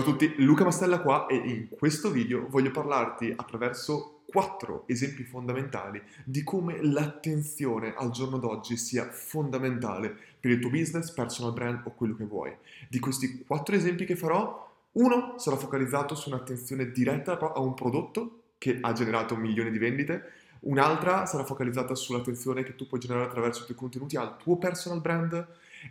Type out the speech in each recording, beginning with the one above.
tutti, Luca Mastella qua e in questo video voglio parlarti attraverso 4 esempi fondamentali di come l'attenzione al giorno d'oggi sia fondamentale per il tuo business, personal brand o quello che vuoi. Di questi 4 esempi che farò, uno sarà focalizzato su un'attenzione diretta a un prodotto che ha generato milioni di vendite, un'altra sarà focalizzata sull'attenzione che tu puoi generare attraverso i tuoi contenuti al tuo personal brand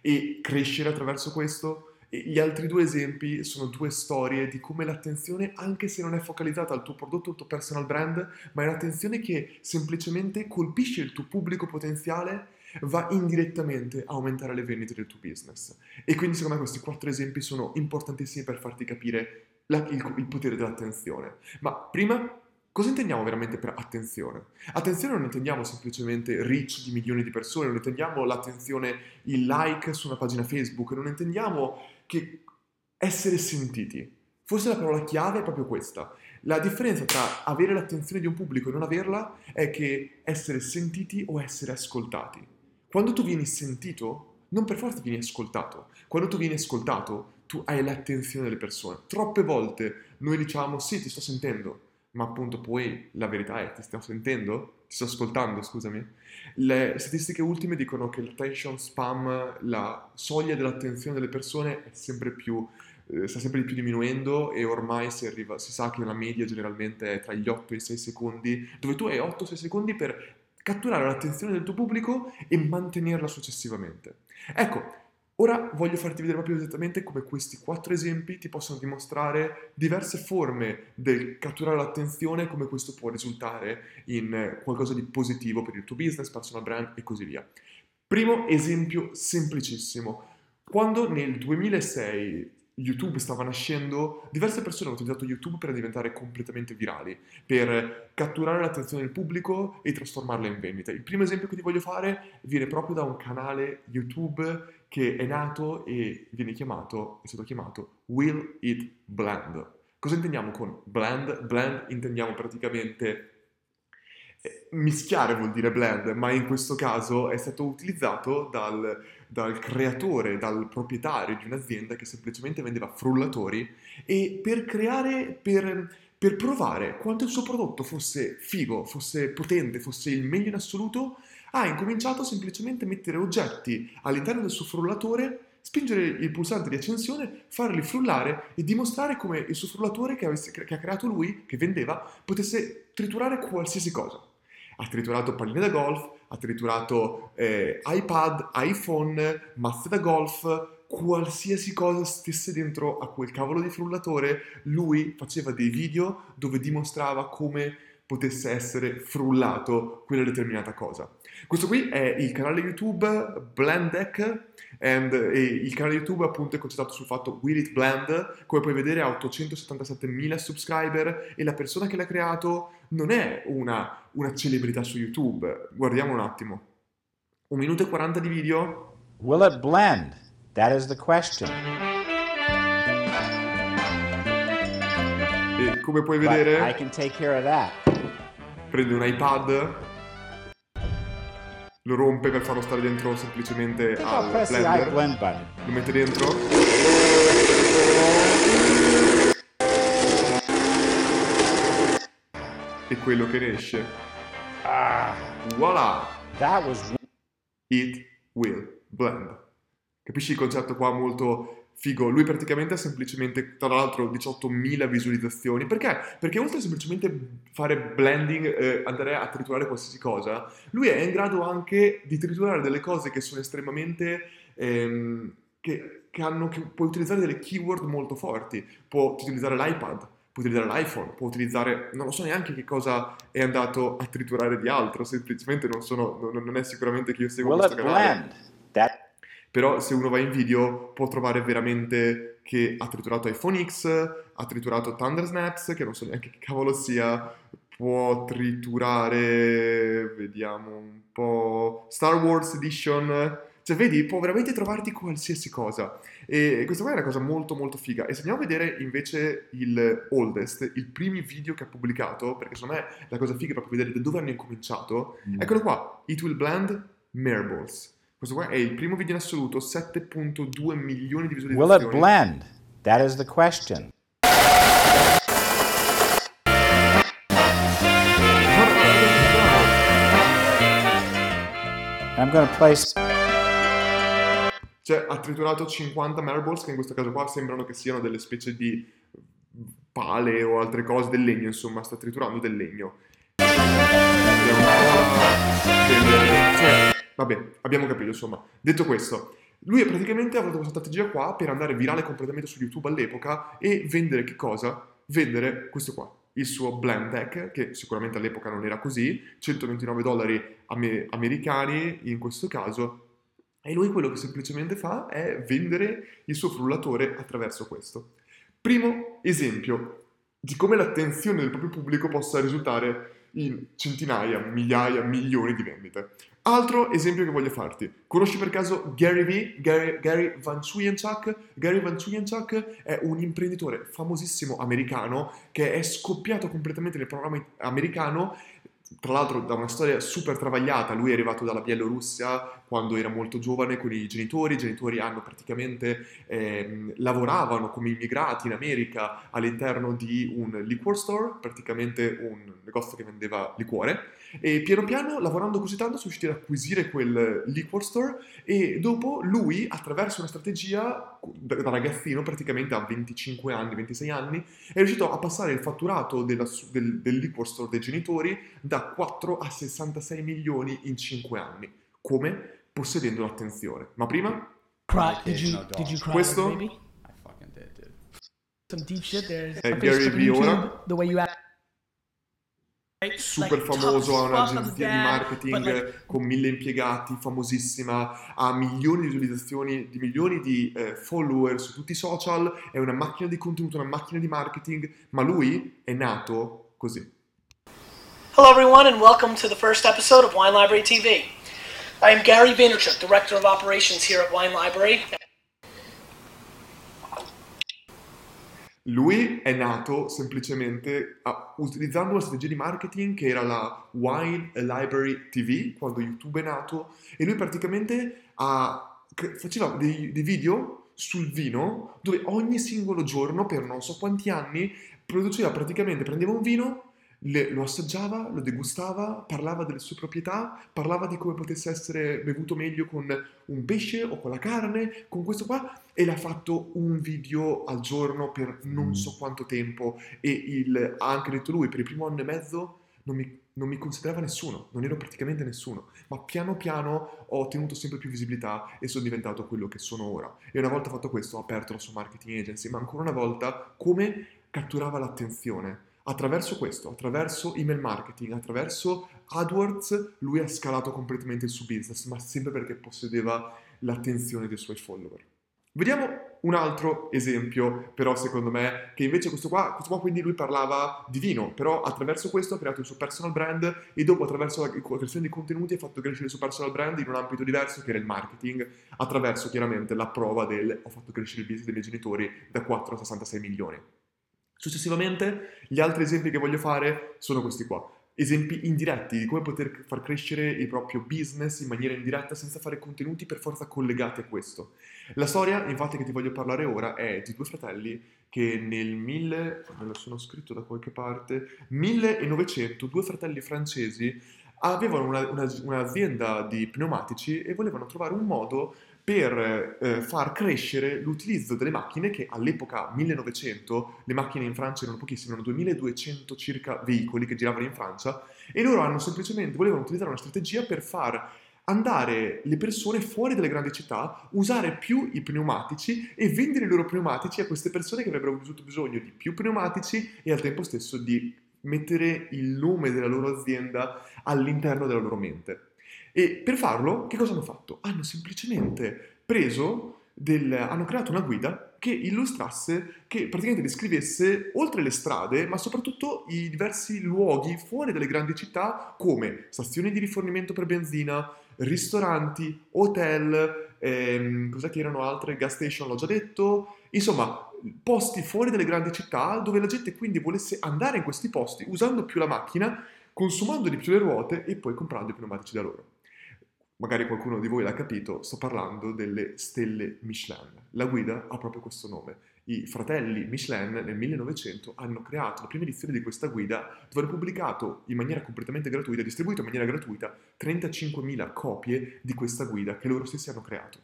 e crescere attraverso questo. E gli altri 2 esempi sono 2 storie di come l'attenzione, anche se non è focalizzata al tuo prodotto o al tuo personal brand, ma è un'attenzione che semplicemente colpisce il tuo pubblico potenziale, va indirettamente a aumentare le vendite del tuo business. E quindi secondo me questi 4 esempi sono importantissimi per farti capire il potere dell'attenzione. Ma prima, cosa intendiamo veramente per attenzione? Attenzione non intendiamo semplicemente reach di milioni di persone, non intendiamo l'attenzione, il like su una pagina Facebook, non intendiamo che essere sentiti. Forse la parola chiave è proprio questa. La differenza tra avere l'attenzione di un pubblico e non averla è che essere sentiti o essere ascoltati. Quando tu vieni sentito, non per forza vieni ascoltato. Quando tu vieni ascoltato, tu hai l'attenzione delle persone. Troppe volte noi diciamo sì, ti sto sentendo, ma appunto poi la verità è ti sto sentendo? Ti sto ascoltando, scusami. Le statistiche ultime dicono che l'attention spam, la soglia dell'attenzione delle persone è sempre più, sta sempre di più diminuendo e ormai si sa che la media generalmente è tra gli 8 e i 6 secondi, dove tu hai 8-6 secondi per catturare l'attenzione del tuo pubblico e mantenerla successivamente. Ecco, ora voglio farti vedere proprio esattamente come questi 4 esempi ti possono dimostrare diverse forme del catturare l'attenzione, come questo può risultare in qualcosa di positivo per il tuo business, personal brand e così via. Primo esempio semplicissimo. Quando nel 2006 YouTube stava nascendo, diverse persone hanno utilizzato YouTube per diventare completamente virali, per catturare l'attenzione del pubblico e trasformarla in vendita. Il primo esempio che ti voglio fare viene proprio da un canale YouTube che è nato e è stato chiamato Will It Blend. Cosa intendiamo con blend? Blend intendiamo praticamente mischiare vuol dire blend, ma in questo caso è stato utilizzato dal creatore, dal proprietario di un'azienda che semplicemente vendeva frullatori e per provare quanto il suo prodotto fosse figo, fosse potente, fosse il meglio in assoluto, ha incominciato semplicemente a mettere oggetti all'interno del suo frullatore, spingere il pulsante di accensione, farli frullare e dimostrare come il suo frullatore che ha creato lui, che vendeva, potesse triturare qualsiasi cosa. Ha triturato palline da golf, ha triturato iPad, iPhone, mazze da golf, qualsiasi cosa stesse dentro a quel cavolo di frullatore, lui faceva dei video dove dimostrava come potesse essere frullato quella determinata cosa. Questo qui è il canale YouTube Blendec e il canale YouTube appunto è concentrato sul fatto Will It Blend, come puoi vedere ha 877.000 subscriber e la persona che l'ha creato non è una celebrità su YouTube. Guardiamo un attimo. 1 minuto e 40 di video. Will it blend? That is the question. E come puoi But vedere I can take care of that. prende un iPad, lo rompe per farlo stare dentro semplicemente I think I'll al press the blender, iBlend button. lo mette dentro e quello che ne esce, voilà, That was it will blend. Capisci il concetto qua molto figo? Lui praticamente ha semplicemente, tra l'altro, 18.000 visualizzazioni. Perché? Perché oltre a semplicemente fare blending, andare a triturare qualsiasi cosa, lui è in grado anche di triturare delle cose che sono estremamente... che puoi utilizzare delle keyword molto forti. Può utilizzare l'iPad, può utilizzare l'iPhone, può utilizzare... Non lo so neanche che cosa è andato a triturare di altro, semplicemente non è sicuramente che io seguo will questo it canale. blend? That Però se uno va in video può trovare veramente che ha triturato iPhone X, ha triturato Thunder Snaps, che non so neanche che cavolo sia, può triturare, vediamo un po', Star Wars Edition, cioè vedi, può veramente trovarti qualsiasi cosa. E questa qua è una cosa molto molto figa. E se andiamo a vedere invece il oldest, i primi video che ha pubblicato, perché secondo me la cosa figa è proprio vedere da dove hanno incominciato, eccolo qua, It Will Blend Marbles. Questo qua è il primo video in assoluto, 7.2 milioni di will it visualizzazioni. blend? That is the question. I'm going to place. Cioè, ha triturato 50 marbles, che in questo caso qua sembrano che siano delle specie di pale o altre cose del legno, insomma, sta triturando del legno. Cioè, vabbè, abbiamo capito, insomma. Detto questo, lui praticamente ha avuto questa strategia qua per andare virale completamente su YouTube all'epoca e vendere che cosa? Vendere questo qua, il suo Blend Deck, che sicuramente all'epoca non era così, $129 americani in questo caso. E lui quello che semplicemente fa è vendere il suo frullatore attraverso questo. Primo esempio di come l'attenzione del proprio pubblico possa risultare in centinaia, migliaia, milioni di vendite. Altro esempio che voglio farti. Conosci per caso Gary V? Gary Vaynerchuk? Gary Vaynerchuk è un imprenditore famosissimo americano che è scoppiato completamente nel programma americano. Tra l'altro da una storia super travagliata, lui è arrivato dalla Bielorussia quando era molto giovane con i genitori hanno praticamente lavoravano come immigrati in America all'interno di un liquor store, praticamente un negozio che vendeva liquore, e piano piano lavorando così tanto sono riusciti ad acquisire quel liquor store e dopo lui attraverso una strategia da ragazzino praticamente a 25 anni, 26 anni è riuscito a passare il fatturato del liquor store dei genitori da 4 a 66 milioni in 5 anni. Come? Possedendo l'attenzione. Ma prima? Did you cry Questo? like a baby? I fucking did, dude. Some deep shit there. È My Gary Facebook Vee and ora. YouTube, the way you act. Right? Super Like, famoso, ha tough as fuck, I'm un'agenzia his di dad, marketing but like, con 1000 impiegati, famosissima, ha milioni di visualizzazioni, di milioni di follower su tutti i social, è una macchina di contenuto, una macchina di marketing, ma lui è nato così. Hello, everyone, and welcome to the first episode of Wine Library TV. I am Gary Vaynerchuk, Director of Operations here at Wine Library. Lui è nato semplicemente utilizzando una strategia di marketing che era la Wine Library TV, quando YouTube è nato, e lui praticamente faceva dei video sul vino, dove ogni singolo giorno, per non so quanti anni, prendeva un vino, lo assaggiava, lo degustava, parlava delle sue proprietà, parlava di come potesse essere bevuto meglio con un pesce o con la carne, con questo qua, e l'ha fatto un video al giorno per non so quanto tempo e ha anche detto lui, per il primo anno e mezzo non mi considerava nessuno, non ero praticamente nessuno, ma piano piano ho ottenuto sempre più visibilità e sono diventato quello che sono ora. E una volta fatto questo ho aperto la sua marketing agency, ma ancora una volta come catturava l'attenzione? Attraverso questo, attraverso email marketing, attraverso AdWords, lui ha scalato completamente il suo business, ma sempre perché possedeva l'attenzione dei suoi follower. Vediamo un altro esempio, però secondo me, che invece questo qua quindi lui parlava di vino, però attraverso questo ha creato il suo personal brand e dopo attraverso la creazione di contenuti ha fatto crescere il suo personal brand in un ambito diverso che era il marketing, attraverso chiaramente la prova ho fatto crescere il business dei miei genitori da 4 a 66 milioni. Successivamente, gli altri esempi che voglio fare sono questi qua. Esempi indiretti di come poter far crescere il proprio business in maniera indiretta senza fare contenuti per forza collegati a questo. La storia, infatti, che ti voglio parlare ora è di due fratelli che me lo sono scritto da qualche parte, 1900, due fratelli francesi avevano un'azienda di pneumatici e volevano trovare un modo per far crescere l'utilizzo delle macchine che all'epoca 1900 le macchine in Francia erano pochissime, erano 2200 circa veicoli che giravano in Francia e loro volevano utilizzare una strategia per far andare le persone fuori dalle grandi città, usare più i pneumatici e vendere i loro pneumatici a queste persone che avrebbero avuto bisogno di più pneumatici e al tempo stesso di mettere il nome della loro azienda all'interno della loro mente. E per farlo, che cosa hanno fatto? Hanno semplicemente hanno creato una guida che illustrasse, che praticamente descrivesse oltre le strade, ma soprattutto i diversi luoghi fuori dalle grandi città, come stazioni di rifornimento per benzina, ristoranti, hotel, cos'è che erano altre? Gas station, l'ho già detto, insomma, posti fuori dalle grandi città dove la gente quindi volesse andare in questi posti usando più la macchina, consumando di più le ruote e poi comprando i pneumatici da loro. Magari qualcuno di voi l'ha capito, sto parlando delle stelle Michelin. La guida ha proprio questo nome. I fratelli Michelin nel 1900 hanno creato la prima edizione di questa guida dove hanno pubblicato in maniera completamente gratuita, distribuito in maniera gratuita, 35.000 copie di questa guida che loro stessi hanno creato.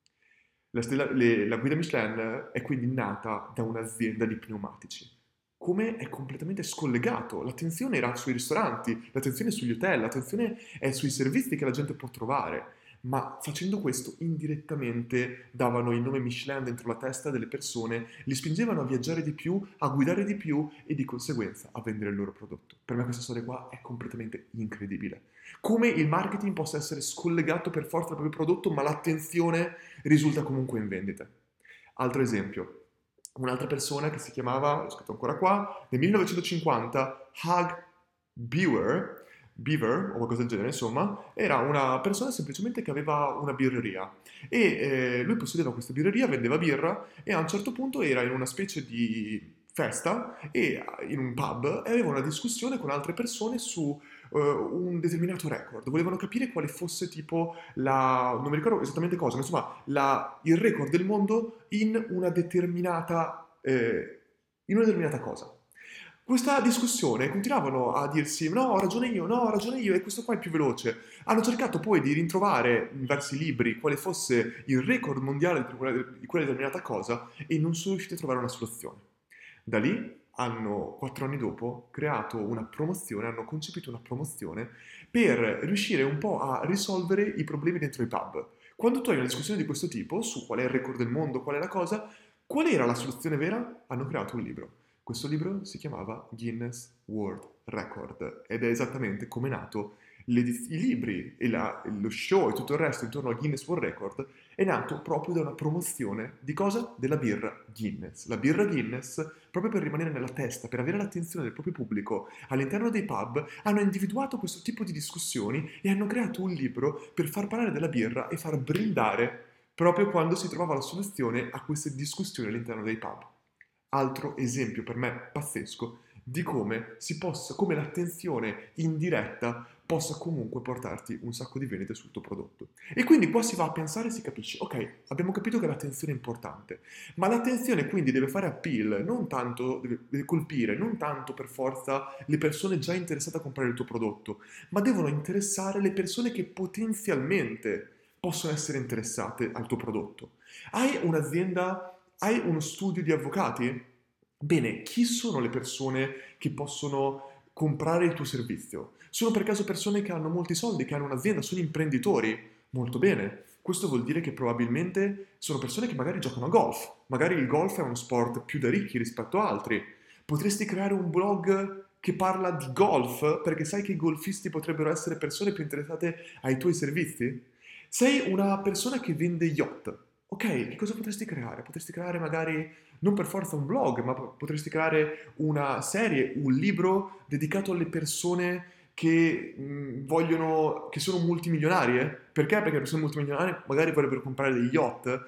La guida Michelin è quindi nata da un'azienda di pneumatici. Come è completamente scollegato. L'attenzione era sui ristoranti, l'attenzione è sugli hotel, l'attenzione è sui servizi che la gente può trovare. Ma facendo questo indirettamente davano il nome Michelin dentro la testa delle persone, li spingevano a viaggiare di più, a guidare di più e di conseguenza a vendere il loro prodotto. Per me questa storia qua è completamente incredibile. Come il marketing possa essere scollegato per forza dal proprio prodotto, ma l'attenzione risulta comunque in vendita. Altro esempio, un'altra persona che si chiamava, l'ho scritto ancora qua, nel 1950, Hugh Beaver o qualcosa del genere, insomma, era una persona semplicemente che aveva una birreria e lui possedeva questa birreria, vendeva birra e a un certo punto era in una specie di festa e in un pub e aveva una discussione con altre persone su un determinato record. Volevano capire quale fosse tipo non mi ricordo esattamente cosa, ma insomma il record del mondo in una determinata cosa. Questa discussione continuavano a dirsi no, ho ragione io e questo qua è più veloce. Hanno cercato poi di ritrovare in diversi libri quale fosse il record mondiale di quella determinata cosa e non sono riusciti a trovare una soluzione. Da lì hanno, 4 anni dopo, creato una promozione, hanno concepito una promozione per riuscire un po' a risolvere i problemi dentro i pub. Quando tu hai una discussione di questo tipo, su qual è il record del mondo, qual è la cosa, qual era la soluzione vera? Hanno creato un libro. Questo libro si chiamava Guinness World Record ed è esattamente come è nato i libri e lo show e tutto il resto intorno al Guinness World Record è nato proprio da una promozione di cosa? Della birra Guinness. La birra Guinness, proprio per rimanere nella testa, per avere l'attenzione del proprio pubblico all'interno dei pub, hanno individuato questo tipo di discussioni e hanno creato un libro per far parlare della birra e far brindare proprio quando si trovava la soluzione a queste discussioni all'interno dei pub. Altro esempio per me pazzesco di come come l'attenzione indiretta possa comunque portarti un sacco di vendite sul tuo prodotto. E quindi qua si va a pensare e si capisce, ok, abbiamo capito che l'attenzione è importante, ma l'attenzione quindi deve fare appeal, non tanto, deve colpire, non tanto per forza le persone già interessate a comprare il tuo prodotto, ma devono interessare le persone che potenzialmente possono essere interessate al tuo prodotto. Hai un'azienda. Hai uno studio di avvocati? Bene, chi sono le persone che possono comprare il tuo servizio? Sono per caso persone che hanno molti soldi, che hanno un'azienda, sono imprenditori? Molto bene. Questo vuol dire che probabilmente sono persone che magari giocano a golf. Magari il golf è uno sport più da ricchi rispetto a altri. Potresti creare un blog che parla di golf perché sai che i golfisti potrebbero essere persone più interessate ai tuoi servizi? Sei una persona che vende yacht. Ok, che cosa potresti creare? Potresti creare magari, non per forza un blog, ma potresti creare una serie, un libro dedicato alle persone che che sono multimilionarie. Perché? Perché le persone multimilionarie magari vorrebbero comprare degli yacht.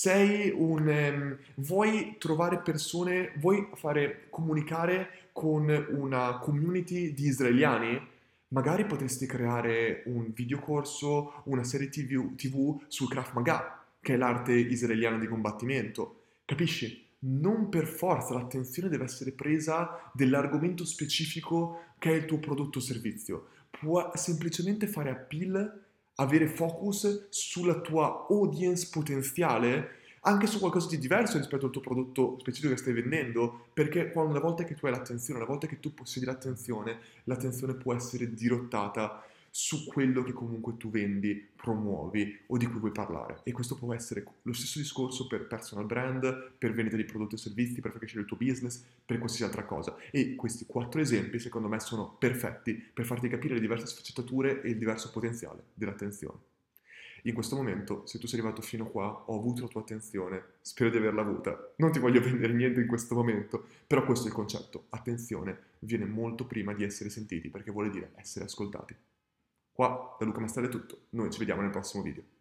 Vuoi trovare persone, vuoi comunicare con una community di israeliani? Magari potresti creare un videocorso, una serie TV sul Krav Maga, che è l'arte israeliana di combattimento. Capisci? Non per forza l'attenzione deve essere presa dell'argomento specifico che è il tuo prodotto o servizio. Può semplicemente fare appeal, avere focus sulla tua audience potenziale, anche su qualcosa di diverso rispetto al tuo prodotto specifico che stai vendendo, perché una volta che tu hai l'attenzione, una volta che tu possiedi l'attenzione può essere dirottata su quello che comunque tu vendi, promuovi o di cui vuoi parlare. E questo può essere lo stesso discorso per personal brand, per vendita di prodotti e servizi, per far crescere il tuo business, per qualsiasi altra cosa. E questi 4 esempi secondo me sono perfetti per farti capire le diverse sfaccettature e il diverso potenziale dell'attenzione. In questo momento, se tu sei arrivato fino qua, ho avuto la tua attenzione, spero di averla avuta. Non ti voglio vendere niente in questo momento, però questo è il concetto. Attenzione viene molto prima di essere sentiti, perché vuole dire essere ascoltati. Qua da Luca Mastella è tutto, noi ci vediamo nel prossimo video.